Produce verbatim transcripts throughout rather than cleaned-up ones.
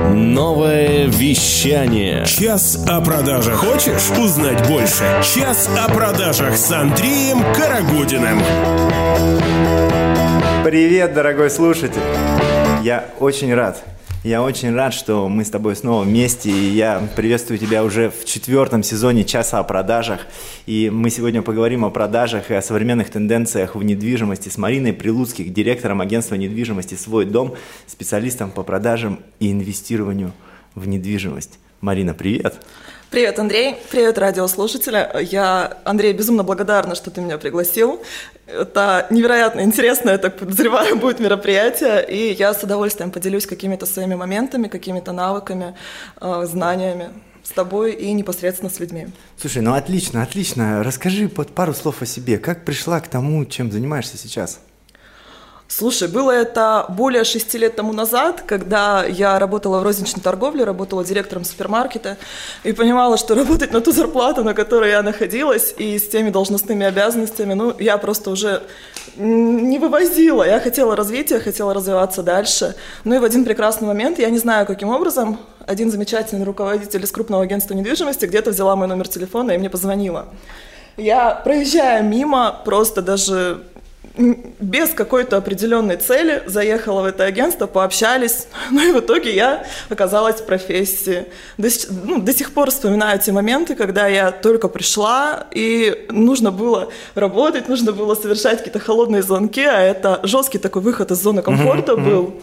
Новое вещание. Час о продажах. Хочешь узнать больше? Час о продажах с Андреем Карагодиным. Привет, дорогой слушатель. Я очень рад. Я очень рад, что мы с тобой снова вместе, и я приветствую тебя уже в четвертом сезоне «Часа о продажах». И мы сегодня поговорим о продажах и о современных тенденциях в недвижимости с Мариной Прилуцких, директором агентства недвижимости «Свой дом», специалистом по продажам и инвестированию в недвижимость. Марина, привет! Привет, Андрей. Привет, радиослушатели. Я, Андрей, безумно благодарна, что ты меня пригласил. Это невероятно интересное, я так подозреваю, будет мероприятие, и я с удовольствием поделюсь какими-то своими моментами, какими-то навыками, знаниями с тобой и непосредственно с людьми. Слушай, ну отлично, отлично. Расскажи под пару слов о себе. Как пришла к тому, чем занимаешься сейчас? Слушай, было это более шести лет тому назад, когда я работала в розничной торговле, работала директором супермаркета и понимала, что работать на ту зарплату, на которой я находилась, и с теми должностными обязанностями, ну, я просто уже не вывозила. Я хотела развития, хотела развиваться дальше. Ну и в один прекрасный момент, я не знаю, каким образом, один замечательный руководитель из крупного агентства недвижимости где-то взяла мой номер телефона и мне позвонила. Я, проезжая мимо, просто даже без какой-то определенной цели заехала в это агентство, пообщались, ну и в итоге я оказалась в профессии. До, ну, до сих пор вспоминаю те моменты, когда я только пришла, и нужно было работать, нужно было совершать какие-то холодные звонки, а это жесткий такой выход из зоны комфорта mm-hmm. был.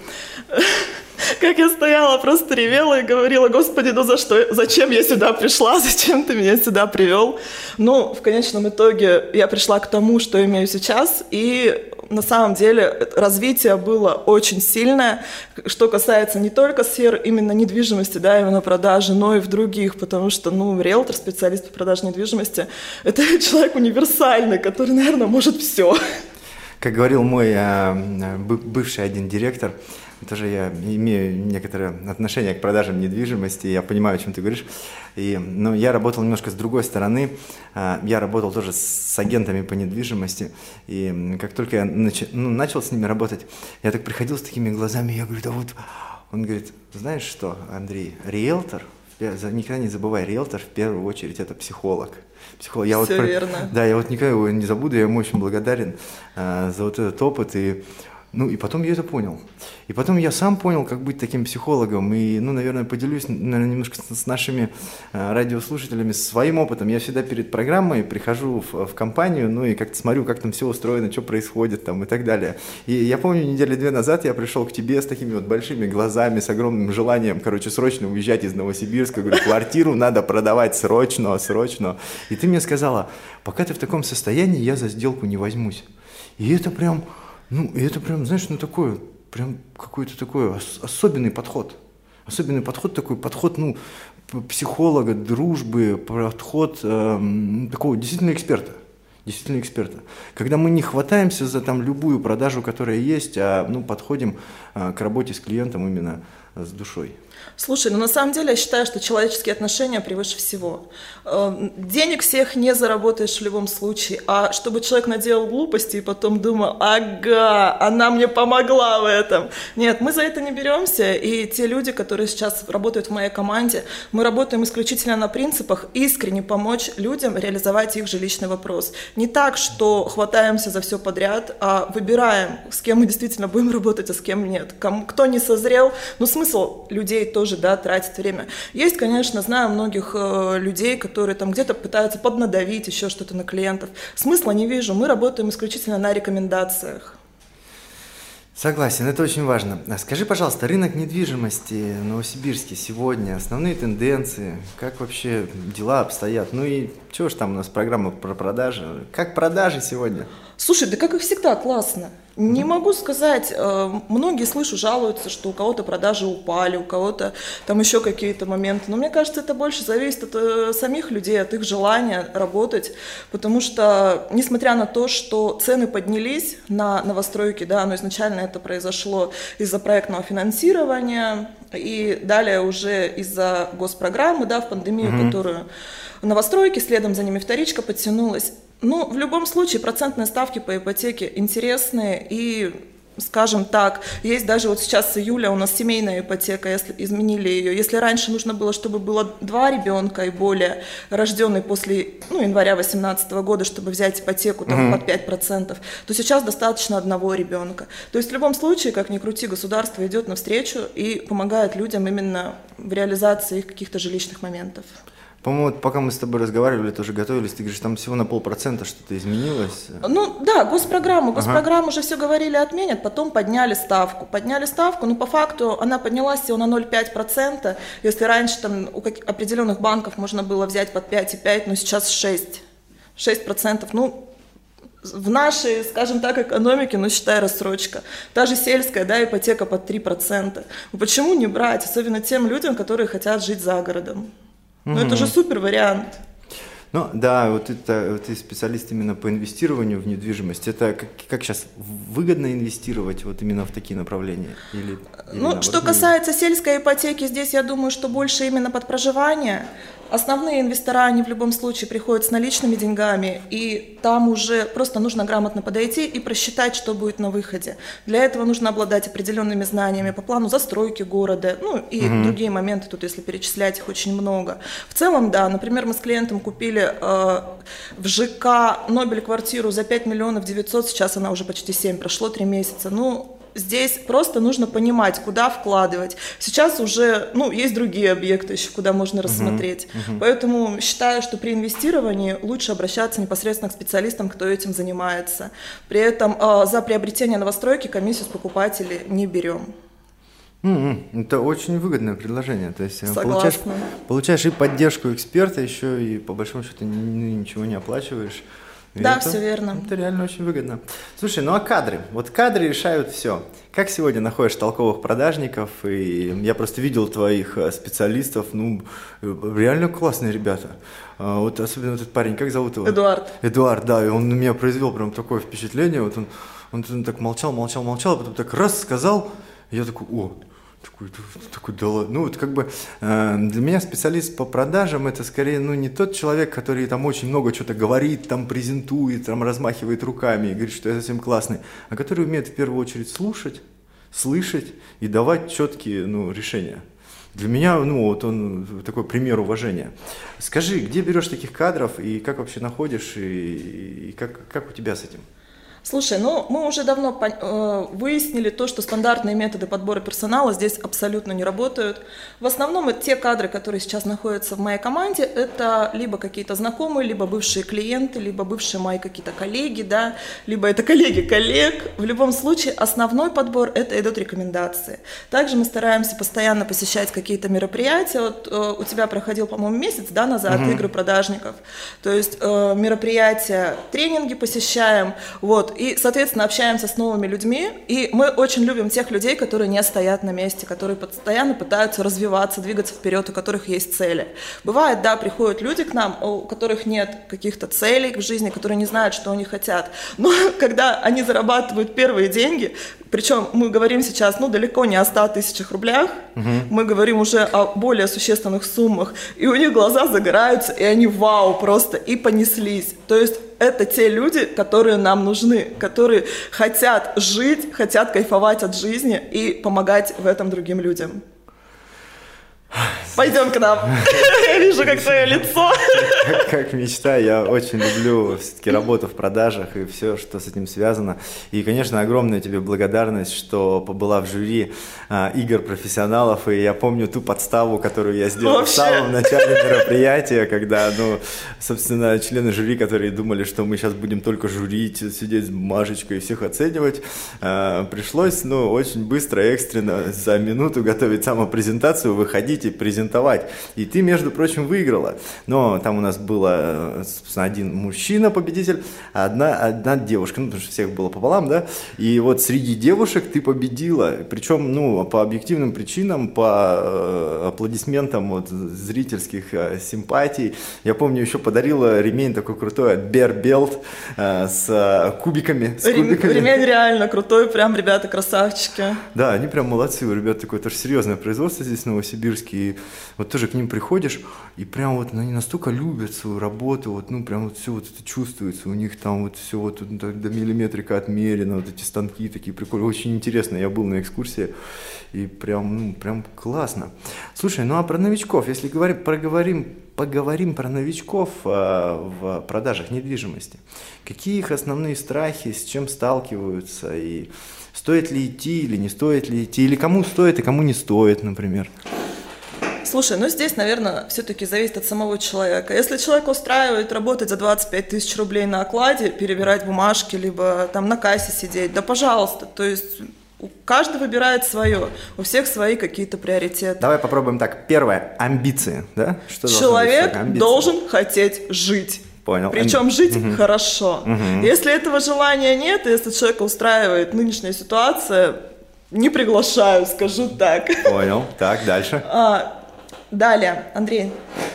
Как я стояла, просто ревела и говорила: Господи, ну за что, зачем я сюда пришла, зачем ты меня сюда привел? Ну, в конечном итоге я пришла к тому, что имею сейчас, и на самом деле развитие было очень сильное, что касается не только сфер именно недвижимости, да, именно продажи, но и в других, потому что, ну, риэлтор, специалист по продаже недвижимости, это человек универсальный, который, наверное, может все. Как говорил мой э, бывший один директор, тоже я имею некоторое отношение к продажам недвижимости, я понимаю, о чем ты говоришь. И, но я работал немножко с другой стороны. Я работал тоже с агентами по недвижимости. И как только я нач, ну, начал с ними работать, я так приходил с такими глазами, я говорю: да вот... Он говорит: знаешь что, Андрей, риэлтор, никогда не забывай, риэлтор в первую очередь это психолог. Психолог. Я Все вот, верно. Да, я вот никогда его не забуду, я ему очень благодарен а, за вот этот опыт. И Ну, и потом я это понял. И потом я сам понял, как быть таким психологом. И, ну, наверное, поделюсь, наверное, немножко с, с нашими э, радиослушателями своим опытом. Я всегда перед программой прихожу в, в компанию, ну, и как-то смотрю, как там все устроено, что происходит там и так далее. И я помню, недели две назад я пришел к тебе с такими вот большими глазами, с огромным желанием, короче, срочно уезжать из Новосибирска. Говорю: квартиру надо продавать срочно, срочно. И ты мне сказала: пока ты в таком состоянии, я за сделку не возьмусь. И это прям... Ну, и это прям, знаешь, ну такой, прям какой-то такой ос- особенный подход. Особенный подход такой, подход, ну, психолога, дружбы, подход э, такого действительно эксперта. Действительно эксперта. Когда мы не хватаемся за там любую продажу, которая есть, а, ну, подходим э, к работе с клиентом именно с душой. Слушай, ну на самом деле я считаю, что человеческие отношения превыше всего. Денег всех не заработаешь в любом случае, а чтобы человек наделал глупости и потом думал: ага, она мне помогла в этом. Нет, мы за это не беремся, и те люди, которые сейчас работают в моей команде, мы работаем исключительно на принципах искренне помочь людям реализовать их жилищный вопрос. Не так, что хватаемся за все подряд, а выбираем, с кем мы действительно будем работать, а с кем нет. Кому, кто не созрел, ну смысл людей тоже, да, тратить время. Есть, конечно, знаю многих э, людей, которые там где-то пытаются поднадавить еще что-то на клиентов. Смысла не вижу. Мы работаем исключительно на рекомендациях. Согласен, это очень важно. Скажи, пожалуйста, рынок недвижимости новосибирский сегодня, основные тенденции, как вообще дела обстоят? Ну и чего ж там у нас программа про продажи? Как продажи сегодня? Слушай, да как и всегда, классно. Не могу сказать, многие, слышу, жалуются, что у кого-то продажи упали, у кого-то там еще какие-то моменты, но мне кажется, это больше зависит от самих людей, от их желания работать, потому что, несмотря на то, что цены поднялись на новостройки, да, но изначально это произошло из-за проектного финансирования и далее уже из-за госпрограммы, да, в пандемию, mm-hmm. которую новостройки, следом за ними вторичка подтянулась. Ну, в любом случае, процентные ставки по ипотеке интересные, и скажем так, есть даже вот сейчас с июля у нас семейная ипотека, если изменили ее. Если раньше нужно было, чтобы было два ребенка и более, рожденный после ну, января две тысячи восемнадцатого года, чтобы взять ипотеку там, mm-hmm. под пять процентов, то сейчас достаточно одного ребенка. То есть в любом случае, как ни крути, государство идет навстречу и помогает людям именно в реализации их каких-то жилищных моментов. По-моему, пока мы с тобой разговаривали, тоже готовились, ты говоришь, там всего на полпроцента что-то изменилось. Ну да, госпрограмму. Госпрограмму ага. уже все говорили отменят, потом подняли ставку. Подняли ставку, но по факту она поднялась всего на ноль целых пять десятых процента. Если раньше там у определенных банков можно было взять под пять целых пять десятых, но сейчас шесть. шесть процентов, ну, в нашей, скажем так, экономике, ну, считай, рассрочка. Та же сельская, да, ипотека под три процента. Ну, почему не брать? Особенно тем людям, которые хотят жить за городом. Ну, mm-hmm. это же супер вариант. Ну, да, вот это, ты специалист именно по инвестированию в недвижимость. Это как, как сейчас выгодно инвестировать вот именно в такие направления? Или, или ну, что касается сельской ипотеки, здесь я думаю, что больше именно под проживание. Основные инвестора, они в любом случае приходят с наличными деньгами, и там уже просто нужно грамотно подойти и просчитать, что будет на выходе. Для этого нужно обладать определенными знаниями по плану застройки города, ну и угу. другие моменты, тут если перечислять, их очень много. В целом, да, например, мы с клиентом купили э, в ЖК Нобель квартиру за пять миллионов девятьсот, сейчас она уже почти семь, прошло три месяца, ну... Здесь просто нужно понимать, куда вкладывать. Сейчас уже, ну, есть другие объекты еще, куда можно рассмотреть. Uh-huh, uh-huh. Поэтому считаю, что при инвестировании лучше обращаться непосредственно к специалистам, кто этим занимается. При этом э, за приобретение новостройки комиссию с покупателей не берем. Mm-hmm. Это очень выгодное предложение. То есть получаешь, получаешь и поддержку эксперта, еще и по большому счету ничего не оплачиваешь. И да, это, все верно. Это реально очень выгодно. Слушай, ну а кадры? Вот кадры решают все. Как сегодня находишь толковых продажников? И я просто видел твоих специалистов, ну, реально классные ребята. Вот особенно этот парень, как зовут его? Эдуард. Эдуард, да, и он на меня произвел прям такое впечатление. Вот он, он, он так молчал, молчал, молчал, а потом так раз сказал, и я такой, о, Такой, такой, да ладно. Ну, вот как бы э, для меня специалист по продажам это скорее, ну, не тот человек, который там очень много что-то говорит, там презентует, там размахивает руками и говорит, что я совсем классный, а который умеет в первую очередь слушать, слышать и давать четкие, ну, решения. Для меня, ну, вот он такой пример уважения. Скажи, где берешь таких кадров и как вообще находишь, и, и как, как у тебя с этим? Слушай, ну мы уже давно э, выяснили то, что стандартные методы подбора персонала здесь абсолютно не работают. В основном те кадры, которые сейчас находятся в моей команде, это либо какие-то знакомые, либо бывшие клиенты, либо бывшие мои какие-то коллеги, да, либо это коллеги коллег. В любом случае основной подбор – это идут рекомендации. Также мы стараемся постоянно посещать какие-то мероприятия. Вот э, у тебя проходил, по-моему, месяц, да, назад mm-hmm. игры продажников. То есть э, мероприятия, тренинги посещаем, вот. И, соответственно, общаемся с новыми людьми, и мы очень любим тех людей, которые не стоят на месте, которые постоянно пытаются развиваться, двигаться вперед, у которых есть цели. Бывает, да, приходят люди к нам, у которых нет каких-то целей в жизни, которые не знают, что они хотят, но когда они зарабатывают первые деньги, причем мы говорим сейчас, ну, далеко не о ста тысячах рублях, угу. мы говорим уже о более существенных суммах, и у них глаза загораются, и они вау просто, и понеслись. То есть это те люди, которые нам нужны, которые хотят жить, хотят кайфовать от жизни и помогать в этом другим людям. Пойдем к нам. Я вижу, как твое лицо. Как мечта. Я очень люблю все-таки работу в продажах и все, что с этим связано. И, конечно, огромная тебе благодарность, что побыла в жюри а, игр профессионалов. И я помню ту подставу, которую я сделал Вообще? в самом начале мероприятия, когда, ну, собственно, члены жюри, которые думали, что мы сейчас будем только жюрить, сидеть с бумажечкой и всех оценивать, а, пришлось, ну, очень быстро, экстренно, за минуту готовить самопрезентацию, выходить и презентовать. И ты, между прочим, выиграла. Но там у нас было, собственно, один мужчина победитель, а одна, одна девушка, ну, потому что всех было пополам, да, и вот среди девушек ты победила, причем, ну, по объективным причинам, по э, аплодисментам вот, зрительских э, симпатий. Я помню, еще подарила ремень такой крутой от Bear Belt э, с э, кубиками. С Рем, кубиками. Ремень реально крутой, прям ребята красавчики. Да, они прям молодцы, у ребят такое тоже серьезное производство здесь в Новосибирске. И вот тоже к ним приходишь, и прям вот они настолько любят свою работу, вот, ну, прям вот все вот это чувствуется, у них там вот все вот до, до миллиметрика отмерено, вот эти станки такие прикольные, очень интересно, я был на экскурсии, и прям, ну, прям классно. Слушай, ну а про новичков, если говорим, проговорим, поговорим про новичков а, в продажах недвижимости, какие их основные страхи, с чем сталкиваются, и стоит ли идти или не стоит ли идти, или кому стоит и кому не стоит, например? Слушай, ну здесь, наверное, все-таки зависит от самого человека. Если человек устраивает работать за двадцать пять тысяч рублей на окладе, перебирать бумажки, либо там на кассе сидеть, да пожалуйста, то есть каждый выбирает свое, у всех свои какие-то приоритеты. Давай попробуем так. Первое, амбиции, да? Что человек должен хотеть жить. Понял. Причем жить угу. хорошо. Угу. Если этого желания нет, если человека устраивает нынешняя ситуация, не приглашаю, скажу так. Понял. Так, дальше. А, далее, Андрей.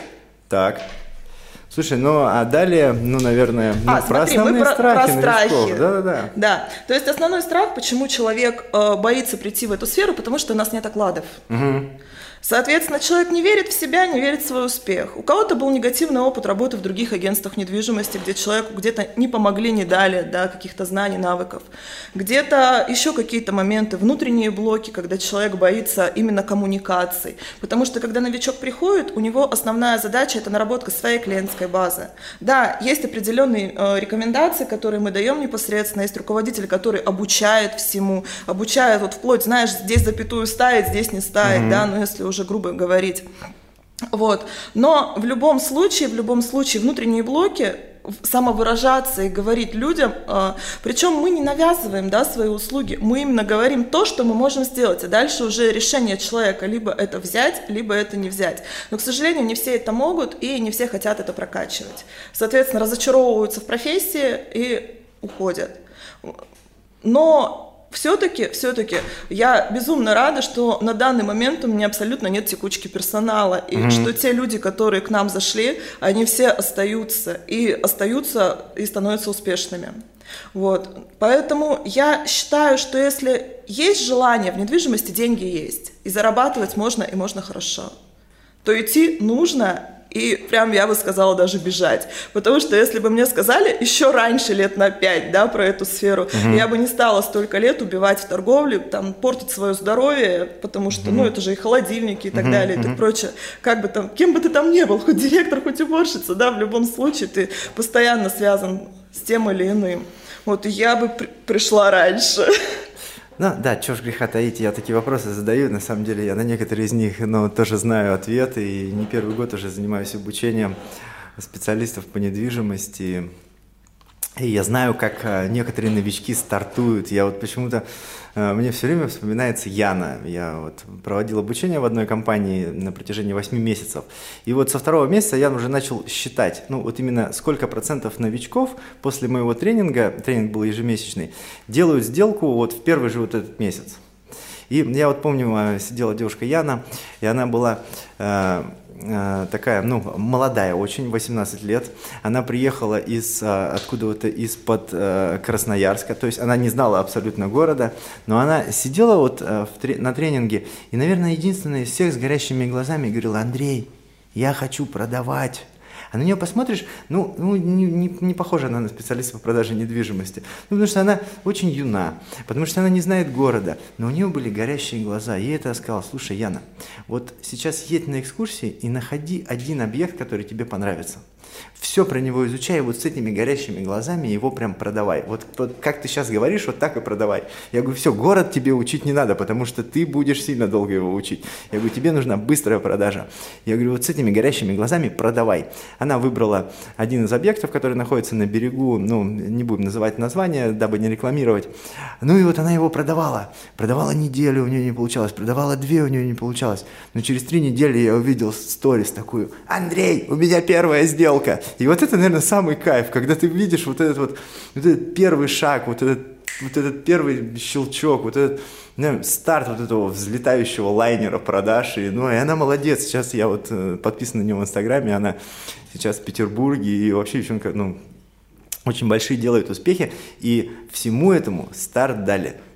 Так. Слушай, ну а далее, ну, наверное, ну, а, про смотри, основные мы про, страхи про страхи. Да-да-да. Да, то есть основной страх, почему человек э, боится прийти в эту сферу, потому что у нас нет окладов. Угу. Соответственно, человек не верит в себя, не верит в свой успех. У кого-то был негативный опыт работы в других агентствах недвижимости, где человеку где-то не помогли, не дали, да, каких-то знаний, навыков. Где-то еще какие-то моменты, внутренние блоки, когда человек боится именно коммуникаций. Потому что, когда новичок приходит, у него основная задача – это наработка своей клиентской базы. Да, есть определенные э, рекомендации, которые мы даем непосредственно, есть руководитель, который обучает всему, обучает вот вплоть, знаешь, здесь запятую ставить, здесь не ставить, mm-hmm. да, но если уже грубо говорить. Вот. Но в любом случае, в любом случае внутренние блоки самовыражаться и говорить людям, э, причем мы не навязываем, да, свои услуги, мы именно говорим то, что мы можем сделать, а дальше уже решение человека либо это взять, либо это не взять. Но, к сожалению, не все это могут и не все хотят это прокачивать. Соответственно, разочаровываются в профессии и уходят. Но Все-таки, все-таки я безумно рада, что на данный момент у меня абсолютно нет текучки персонала, и mm-hmm. что те люди, которые к нам зашли, они все остаются, и остаются, и становятся успешными. Вот. Поэтому я считаю, что если есть желание в недвижимости, деньги есть, и зарабатывать можно, и можно хорошо, то идти нужно. И прям, я бы сказала, даже бежать. Потому что если бы мне сказали еще раньше, лет на пять, да, про эту сферу, угу. я бы не стала столько лет убивать в торговле, там, портить свое здоровье, потому что, угу. ну, это же и холодильники и так угу. далее, и так прочее. Как бы там, кем бы ты там ни был, хоть директор, хоть уборщица, да, в любом случае ты постоянно связан с тем или иным. Вот, и я бы при- пришла раньше. Ну да, чего ж греха таить, я такие вопросы задаю, на самом деле я на некоторые из них, ну, тоже знаю ответы, и не первый год уже занимаюсь обучением специалистов по недвижимости, и я знаю, как некоторые новички стартуют. Я вот почему-то, мне все время вспоминается Яна. Я вот проводил обучение в одной компании на протяжении восьми месяцев. И вот со второго месяца я уже начал считать, ну вот именно сколько процентов новичков после моего тренинга, тренинг был ежемесячный, делают сделку вот в первый же вот этот месяц. И я вот помню, сидела девушка Яна, и она была э, э, такая, ну, молодая очень, восемнадцать лет. Она приехала из, откуда-то из-под э, Красноярска, то есть она не знала абсолютно города, но она сидела вот э, в тре- на тренинге, и, наверное, единственная из всех с горящими глазами говорила: Андрей, я хочу продавать. А на нее посмотришь, ну, ну не, не, не похожа она на специалиста по продаже недвижимости. Ну, потому что она очень юна, потому что она не знает города, но у нее были горящие глаза. Ей это сказала: слушай, Яна, вот сейчас едь на экскурсии и находи один объект, который тебе понравится. Все про него изучай, вот с этими горящими глазами его прям продавай. Вот, вот как ты сейчас говоришь, вот так и продавай. Я говорю: все, город тебе учить не надо, потому что ты будешь сильно долго его учить. Я говорю: тебе нужна быстрая продажа. Я говорю: вот с этими горящими глазами продавай. Она выбрала один из объектов, который находится на берегу, ну, не будем называть название, дабы не рекламировать. Ну и вот она его продавала. Продавала неделю, у нее не получалось, продавала две, у нее не получалось. Но через три недели я увидел сторис такую: Андрей, у меня первая сделка. И вот это, наверное, самый кайф, когда ты видишь вот этот вот, вот этот первый шаг, вот этот, вот этот первый щелчок, вот этот, наверное, старт вот этого взлетающего лайнера продаж. И, ну, и она молодец. Сейчас я вот подписан на нее в Инстаграме, она сейчас в Петербурге, и вообще девчонка, ну, очень большие делает успехи. И всему этому старт дали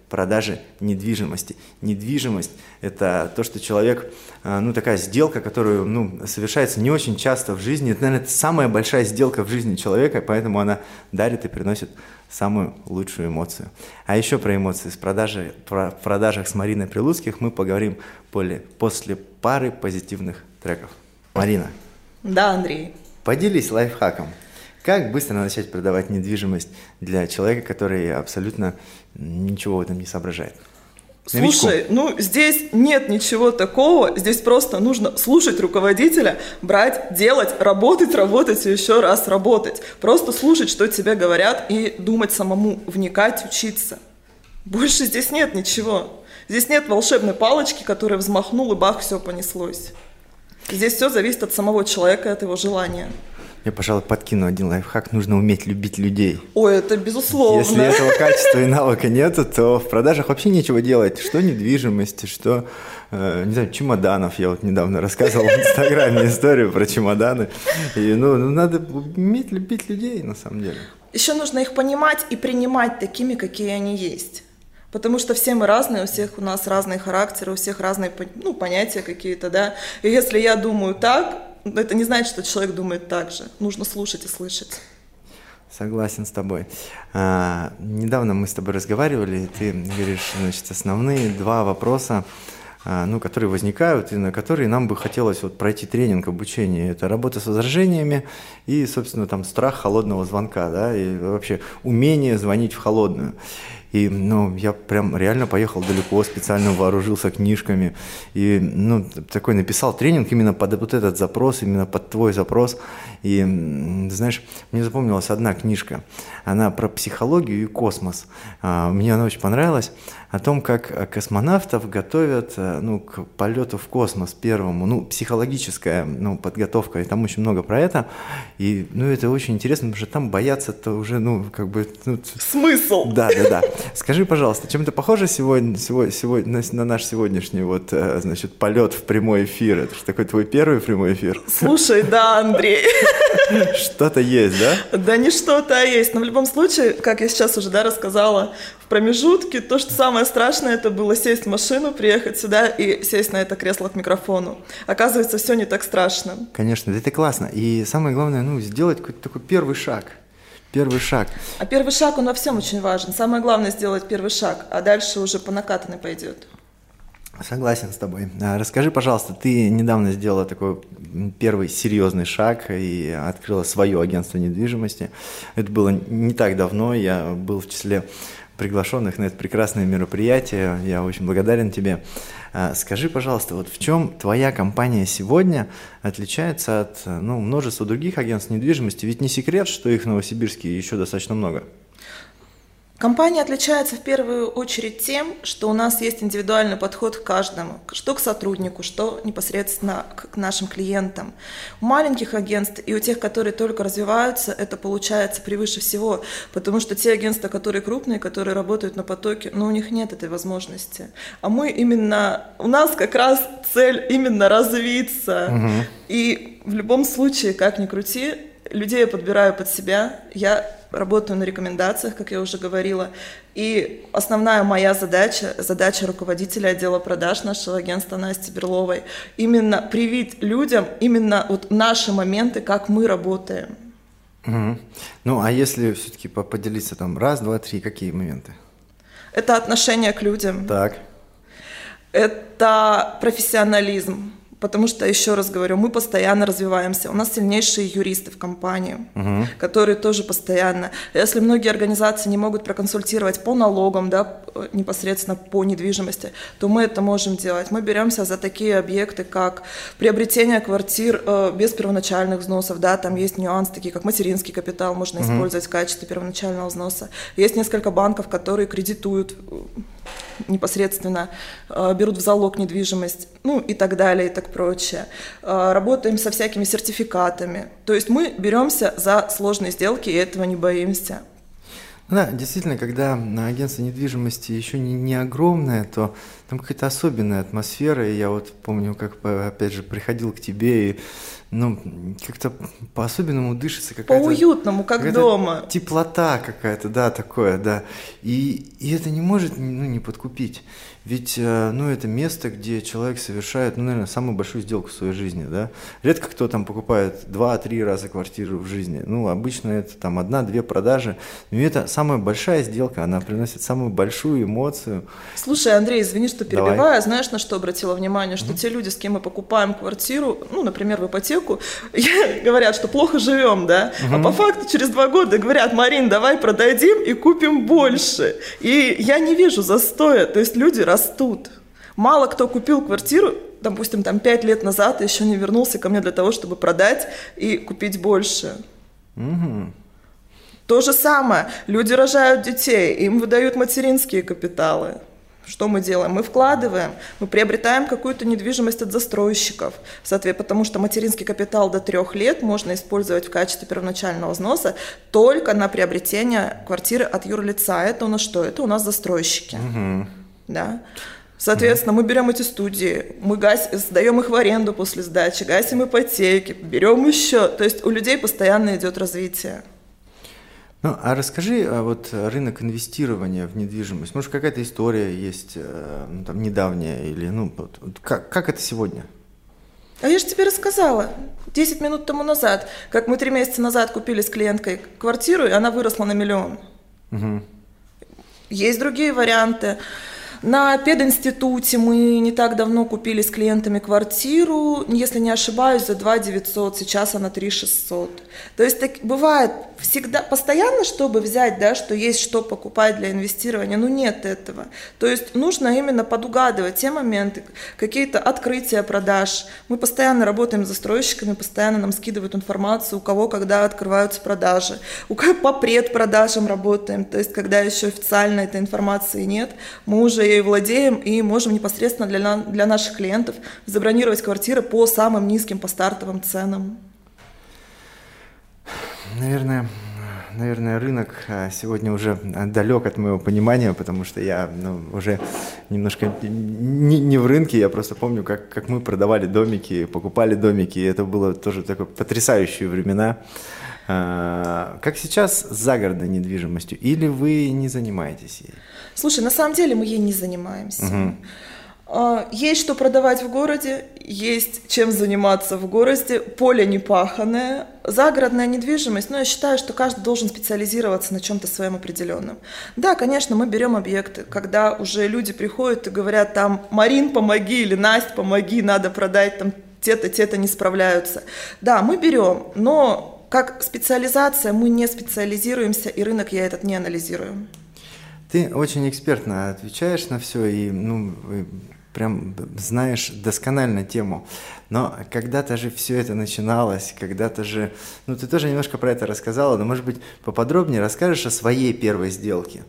продажи недвижимости. Недвижимость – это то, что человек, ну, такая сделка, которую, ну, совершается не очень часто в жизни. Это, наверное, это самая большая сделка в жизни человека, поэтому она дарит и приносит самую лучшую эмоцию. А еще про эмоции с продажи, про продажах с Мариной Прилуцких мы поговорим после, после пары позитивных треков. Марина. Да, Андрей. Поделись лайфхаком. Как быстро начать продавать недвижимость для человека, который абсолютно ничего в этом не соображает? Слушай, ну здесь нет ничего такого, здесь просто нужно слушать руководителя, брать, делать, работать, работать и еще раз работать. Просто слушать, что тебе говорят, и думать самому, вникать, учиться. Больше здесь нет ничего. Здесь нет волшебной палочки, которая взмахнул, и бах, все понеслось. Здесь все зависит от самого человека, от его желания. Я, пожалуй, подкину один лайфхак. Нужно уметь любить людей. Ой, это безусловно. Если этого качества и навыка нету, то в продажах вообще нечего делать. Что недвижимости, что, э, не знаю, чемоданов. Я вот недавно рассказывал в Инстаграме историю про чемоданы. И, ну, ну, надо уметь любить людей, на самом деле. Еще нужно их понимать и принимать такими, какие они есть. Потому что все мы разные, у всех у нас разные характеры, у всех разные, ну, понятия какие-то, да. И если я думаю так, это не значит, что человек думает так же. Нужно слушать и слышать. Согласен с тобой. А, недавно мы с тобой разговаривали, и ты говоришь, значит, основные два вопроса, а, ну, которые возникают, и на которые нам бы хотелось вот пройти тренинг, обучение. Это работа с возражениями и, собственно, там страх холодного звонка, да, и вообще умение звонить в холодную. И, ну, я прям реально поехал далеко, специально вооружился книжками и, ну, такой написал тренинг именно под вот этот запрос, именно под твой запрос. И, знаешь, мне запомнилась одна книжка, она про психологию и космос. Мне она очень понравилась, о том, как космонавтов готовят, ну, к полету в космос первому, ну, психологическая, ну, подготовка, и там очень много про это. И, ну, это очень интересно, потому что там бояться-то уже, ну, как бы... Ну, смысл! Да, да, да. Скажи, пожалуйста, чем-то похоже сегодня, сегодня, сегодня, на наш сегодняшний вот, значит, полет в прямой эфир? Это же такой твой первый прямой эфир. Слушай, да, Андрей. Что-то есть, да? Да не что-то, а есть. Но в любом случае, как я сейчас уже, да, рассказала, в промежутке, то, что самое страшное, это было сесть в машину, приехать сюда и сесть на это кресло к микрофону. Оказывается, все не так страшно. Конечно, это классно. И самое главное, ну, сделать какой-то такой первый шаг. Первый шаг. А первый шаг, он во всем очень важен. Самое главное сделать первый шаг, а дальше уже по накатанной пойдет. Согласен с тобой. Расскажи, пожалуйста, ты недавно сделала такой первый серьезный шаг и открыла свое агентство недвижимости. Это было не так давно, я был в числе приглашенных на это прекрасное мероприятие. Я очень благодарен тебе. Скажи, пожалуйста, вот в чем твоя компания сегодня отличается от, ну, множества других агентств недвижимости? Ведь не секрет, что их в Новосибирске еще достаточно много. Компания отличается в первую очередь тем, что у нас есть индивидуальный подход к каждому, что к сотруднику, что непосредственно к нашим клиентам. У маленьких агентств и у тех, которые только развиваются, это получается превыше всего, потому что те агентства, которые крупные, которые работают на потоке, но у них нет этой возможности. А мы именно, у нас как раз цель именно развиться. Угу. И в любом случае, как ни крути, людей я подбираю под себя, я работаю на рекомендациях, как я уже говорила, и основная моя задача, задача руководителя отдела продаж нашего агентства Насти Берловой, именно привить людям именно вот наши моменты, как мы работаем. Угу. Ну, а если все-таки поделиться там раз, два, три, какие моменты? Это отношение к людям. Так. Это профессионализм. Потому что, еще раз говорю, мы постоянно развиваемся. У нас сильнейшие юристы в компании, угу. которые тоже постоянно. Если многие организации не могут проконсультировать по налогам, да, непосредственно по недвижимости, то мы это можем делать. Мы беремся за такие объекты, как приобретение квартир э, без первоначальных взносов. Да, там есть нюансы, такие как материнский капитал, можно угу. использовать в качестве первоначального взноса. Есть несколько банков, которые кредитуют непосредственно, э, берут в залог недвижимость, ну и так далее, и так прочее. Э, работаем со всякими сертификатами. То есть мы беремся за сложные сделки и этого не боимся. Да, действительно, когда агентство недвижимости еще не, не огромное, то там какая-то особенная атмосфера, и я вот помню, как, опять же, приходил к тебе, и, ну, как-то по-особенному дышится какая-то... По-уютному, как какая-то дома. Теплота какая-то, да, такое, да. И, и это не может, ну, не подкупить. Ведь, ну, это место, где человек совершает, ну, наверное, самую большую сделку в своей жизни, да. Редко кто там покупает два-три раза квартиру в жизни. Ну, обычно это там одна-две продажи. Но это самая большая сделка, она приносит самую большую эмоцию. Слушай, Андрей, извини, что перебиваю. Давай. Знаешь, на что обратила внимание? Что mm-hmm. те люди, с кем мы покупаем квартиру, ну, например, в ипотеку, говорят, что плохо живем, да. Mm-hmm. А по факту через два года говорят: Марин, давай продадим и купим больше. И я не вижу застоя. То есть люди растут. Мало кто купил квартиру, допустим, там пять лет назад и еще не вернулся ко мне для того, чтобы продать и купить больше. Угу. То же самое. Люди рожают детей, им выдают материнские капиталы. Что мы делаем? Мы вкладываем, мы приобретаем какую-то недвижимость от застройщиков, соответственно, потому что материнский капитал до трех лет можно использовать в качестве первоначального взноса только на приобретение квартиры от юрлица. Это у нас что? Это у нас застройщики. Угу. Да. Соответственно, мы берем эти студии, мы гас... сдаем их в аренду после сдачи, гасим ипотеки, берем еще. То есть у людей постоянно идет развитие. Ну, а расскажи, а вот рынок инвестирования в недвижимость. Может, какая-то история есть, ну, там, недавняя, или, ну, вот, как, как это сегодня? А я же тебе рассказала десять минут тому назад, как мы три месяца назад купили с клиенткой квартиру, и она выросла на миллион. Угу. Есть другие варианты. На пединституте мы не так давно купили с клиентами квартиру, если не ошибаюсь, за два девятьсот, сейчас она три шестьсот. То есть так, бывает всегда, постоянно, чтобы взять, да, что есть что покупать для инвестирования, ну нет этого. То есть нужно именно подугадывать те моменты, какие-то открытия продаж. Мы постоянно работаем с застройщиками, постоянно нам скидывают информацию, у кого когда открываются продажи, у кого по предпродажам работаем, то есть когда еще официально этой информации нет, мы уже ей владеем и можем непосредственно для, для наших клиентов забронировать квартиры по самым низким, по стартовым ценам. Наверное, наверное, рынок сегодня уже далек от моего понимания, потому что я, ну, уже немножко не, не в рынке, я просто помню, как, как мы продавали домики, покупали домики, и это было тоже такое потрясающие времена. Как сейчас с загородной недвижимостью? Или вы не занимаетесь ей? Слушай, на самом деле мы ей не занимаемся. Угу. Есть что продавать в городе, есть чем заниматься в городе, поле не паханое. Загородная недвижимость, но я считаю, что каждый должен специализироваться на чем-то своем определенном. Да, конечно, мы берем объекты, когда уже люди приходят и говорят, там, Марин, помоги, или Настя, помоги, надо продать, там, те-то, те-то не справляются. Да, мы берем, но как специализация мы не специализируемся, и рынок я этот не анализирую. Ты очень экспертно отвечаешь на все и, ну, прям знаешь досконально тему. Но когда-то же все это начиналось, когда-то же... Ну, ты тоже немножко про это рассказала, но, может быть, поподробнее расскажешь о своей первой сделке?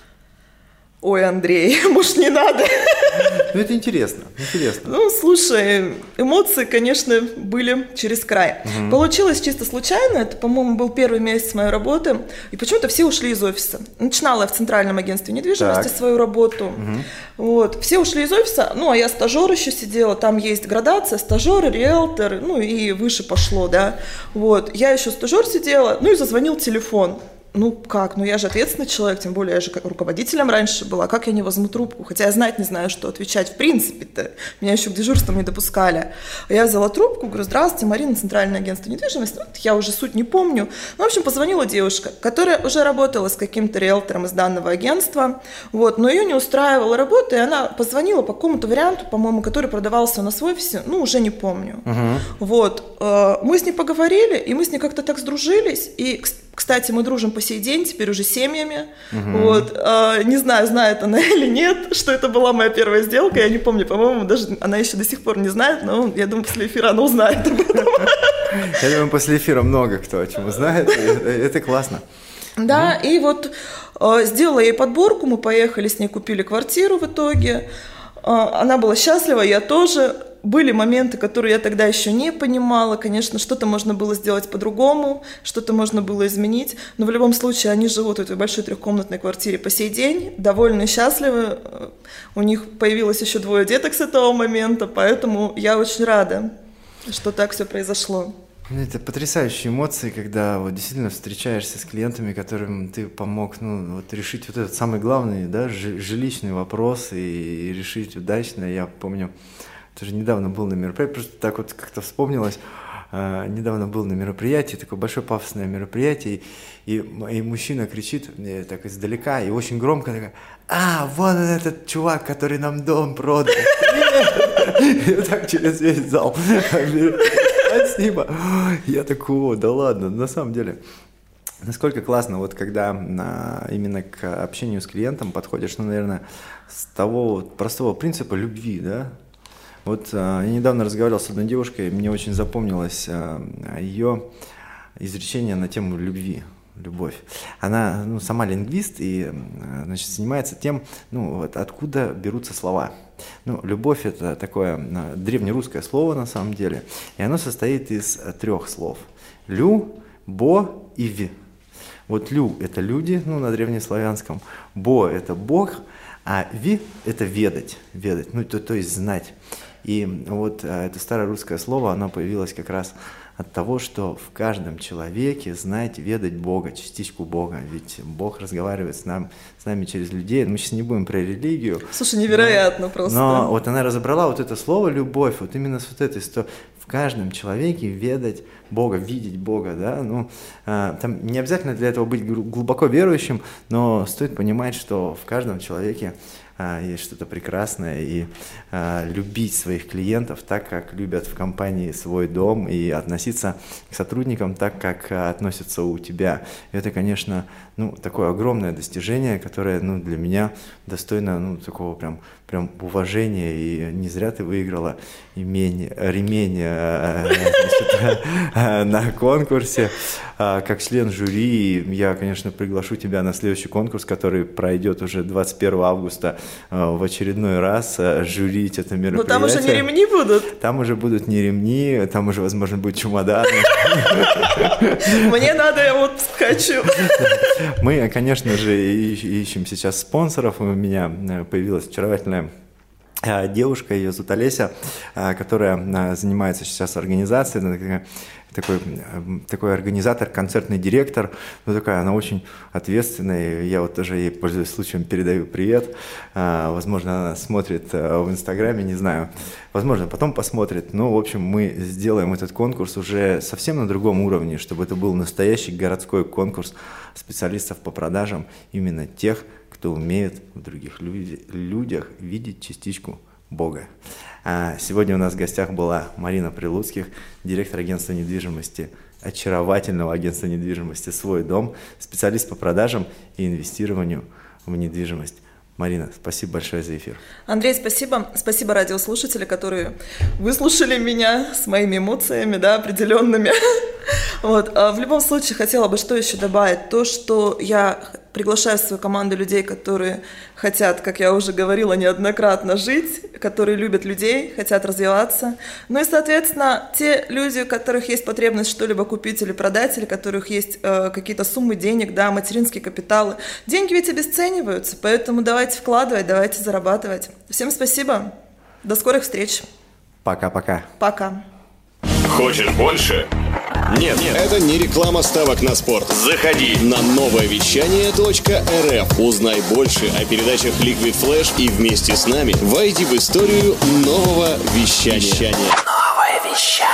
Ой, Андрей, может, не надо? Ну, это интересно, интересно. Ну, слушай, эмоции, конечно, были через край. Угу. Получилось чисто случайно, это, по-моему, был первый месяц моей работы, и почему-то все ушли из офиса. Начинала я в Центральном агентстве недвижимости так. свою работу. Угу. Вот. Все ушли из офиса, ну, а я стажер еще сидела, там есть градация, стажеры, риэлторы, ну, и выше пошло, да. Вот. Я еще стажер сидела, ну, и зазвонил телефон. Ну как, ну я же ответственный человек, тем более я же как руководителем раньше была, как я не возьму трубку, хотя я знать не знаю, что отвечать в принципе-то, меня еще к дежурствам не допускали. Я взяла трубку, говорю, здравствуйте, Марина, Центральное агентство недвижимости, ну, я уже суть не помню. Ну, в общем, позвонила девушка, которая уже работала с каким-то риэлтором из данного агентства, вот, но ее не устраивала работа, и она позвонила по какому-то варианту, по-моему, который продавался у нас в офисе, ну, уже не помню. Угу. Вот, мы с ней поговорили, и мы с ней как-то так сдружились, и, кстати, мы дружим по сей день, теперь уже семьями. Угу. Вот. А, не знаю, знает она или нет, что это была моя первая сделка. Я не помню, по-моему, даже она еще до сих пор не знает, но я думаю, после эфира она узнает об этом. Я думаю, после эфира много кто о чем узнает. Это классно. Да, и вот сделала ей подборку, мы поехали с ней, купили квартиру в итоге. Она была счастлива, я тоже. были моменты, которые я тогда еще не понимала. Конечно, что-то можно было сделать по-другому, что-то можно было изменить. Но в любом случае они живут в этой большой трехкомнатной квартире по сей день, довольны и счастливы. У них появилось еще двое деток с этого момента, поэтому я очень рада, что так все произошло. Это потрясающие эмоции, когда вот действительно встречаешься с клиентами, которым ты помог, ну, вот решить вот этот самый главный, да, жилищный вопрос и решить удачно. Я помню, тоже недавно был на мероприятии, просто так вот как-то вспомнилось, э, недавно был на мероприятии, такое большое пафосное мероприятие, и, и мужчина кричит мне так издалека и очень громко такой: «А, вон он этот чувак, который нам дом продал!» И так через весь зал. Спасибо. Я такой: о, да ладно, на самом деле, насколько классно, вот когда на, именно к общению с клиентом подходишь, ну, наверное, с того вот простого принципа любви, да. Вот а, я недавно разговаривал с одной девушкой, мне очень запомнилось а, ее изречение на тему любви. Любовь. Она, ну, сама лингвист и, значит, занимается тем, ну, вот откуда берутся слова. Ну, любовь — это такое древнерусское слово на самом деле, и оно состоит из трех слов: лю, бо и ви. Вот лю — это люди, ну, на древнеславянском, бо — это Бог, а ви — это ведать, ведать, ну, то, то есть знать. И вот это старорусское слово, оно появилось как раз от того, что в каждом человеке знать, ведать Бога, частичку Бога. Ведь Бог разговаривает с, нам, с нами через людей. Мы сейчас не будем про религию. Слушай, невероятно но, просто. Но вот она разобрала вот это слово «любовь», вот именно с вот этой, что в каждом человеке ведать Бога, видеть Бога, да, ну, а, там не обязательно для этого быть глубоко верующим, но стоит понимать, что в каждом человеке а, есть что-то прекрасное, и а, любить своих клиентов так, как любят в компании свой дом, и относиться к сотрудникам так, как а, относятся у тебя. И это, конечно, ну, такое огромное достижение, которое, ну, для меня достойно, ну, такого прям, прям уважения, и не зря ты выиграла имень, ремень а, значит, а, на конкурсе. А, как член жюри я, конечно, приглашу тебя на следующий конкурс, который пройдет уже двадцать первого августа в очередной раз жюрить это мероприятие. Но там уже не ремни будут. Там уже будут не ремни, там уже, возможно, будет чемодан. Мне надо, я отпуск хочу. Мы, конечно же, ищем сейчас спонсоров. У меня появилась очаровательная девушка, ее зовут Олеся, которая занимается сейчас организацией, такой, такой организатор, концертный директор, ну, такая, она очень ответственная, я вот тоже ей, пользуясь случаем, передаю привет, возможно, она смотрит в Инстаграме, не знаю, возможно, потом посмотрит, но, в общем, мы сделаем этот конкурс уже совсем на другом уровне, чтобы это был настоящий городской конкурс специалистов по продажам, именно тех, кто умеет в других люди, людях видеть частичку Бога. А сегодня у нас в гостях была Марина Прилуцких, директор агентства недвижимости, очаровательного агентства недвижимости «Свой дом», специалист по продажам и инвестированию в недвижимость. Марина, спасибо большое за эфир. Андрей, спасибо. Спасибо радиослушатели, которые выслушали меня с моими эмоциями, да, определенными. Вот. А в любом случае, хотела бы что еще добавить. То, что я приглашаю в свою команду людей, которые хотят, как я уже говорила неоднократно, жить, которые любят людей, хотят развиваться. Ну и, соответственно, те люди, у которых есть потребность что-либо купить или продать, или у которых есть э, какие-то суммы денег, да, материнские капиталы. Деньги ведь обесцениваются, поэтому давайте вкладывать, давайте зарабатывать. Всем спасибо. До скорых встреч. Пока-пока. Пока. Хочешь больше? Нет, нет, это не реклама ставок на спорт. Заходи на новое вещание точка эр эф. Узнай больше о передачах Liquid Flash и вместе с нами войди в историю нового вещания. Новое вещание.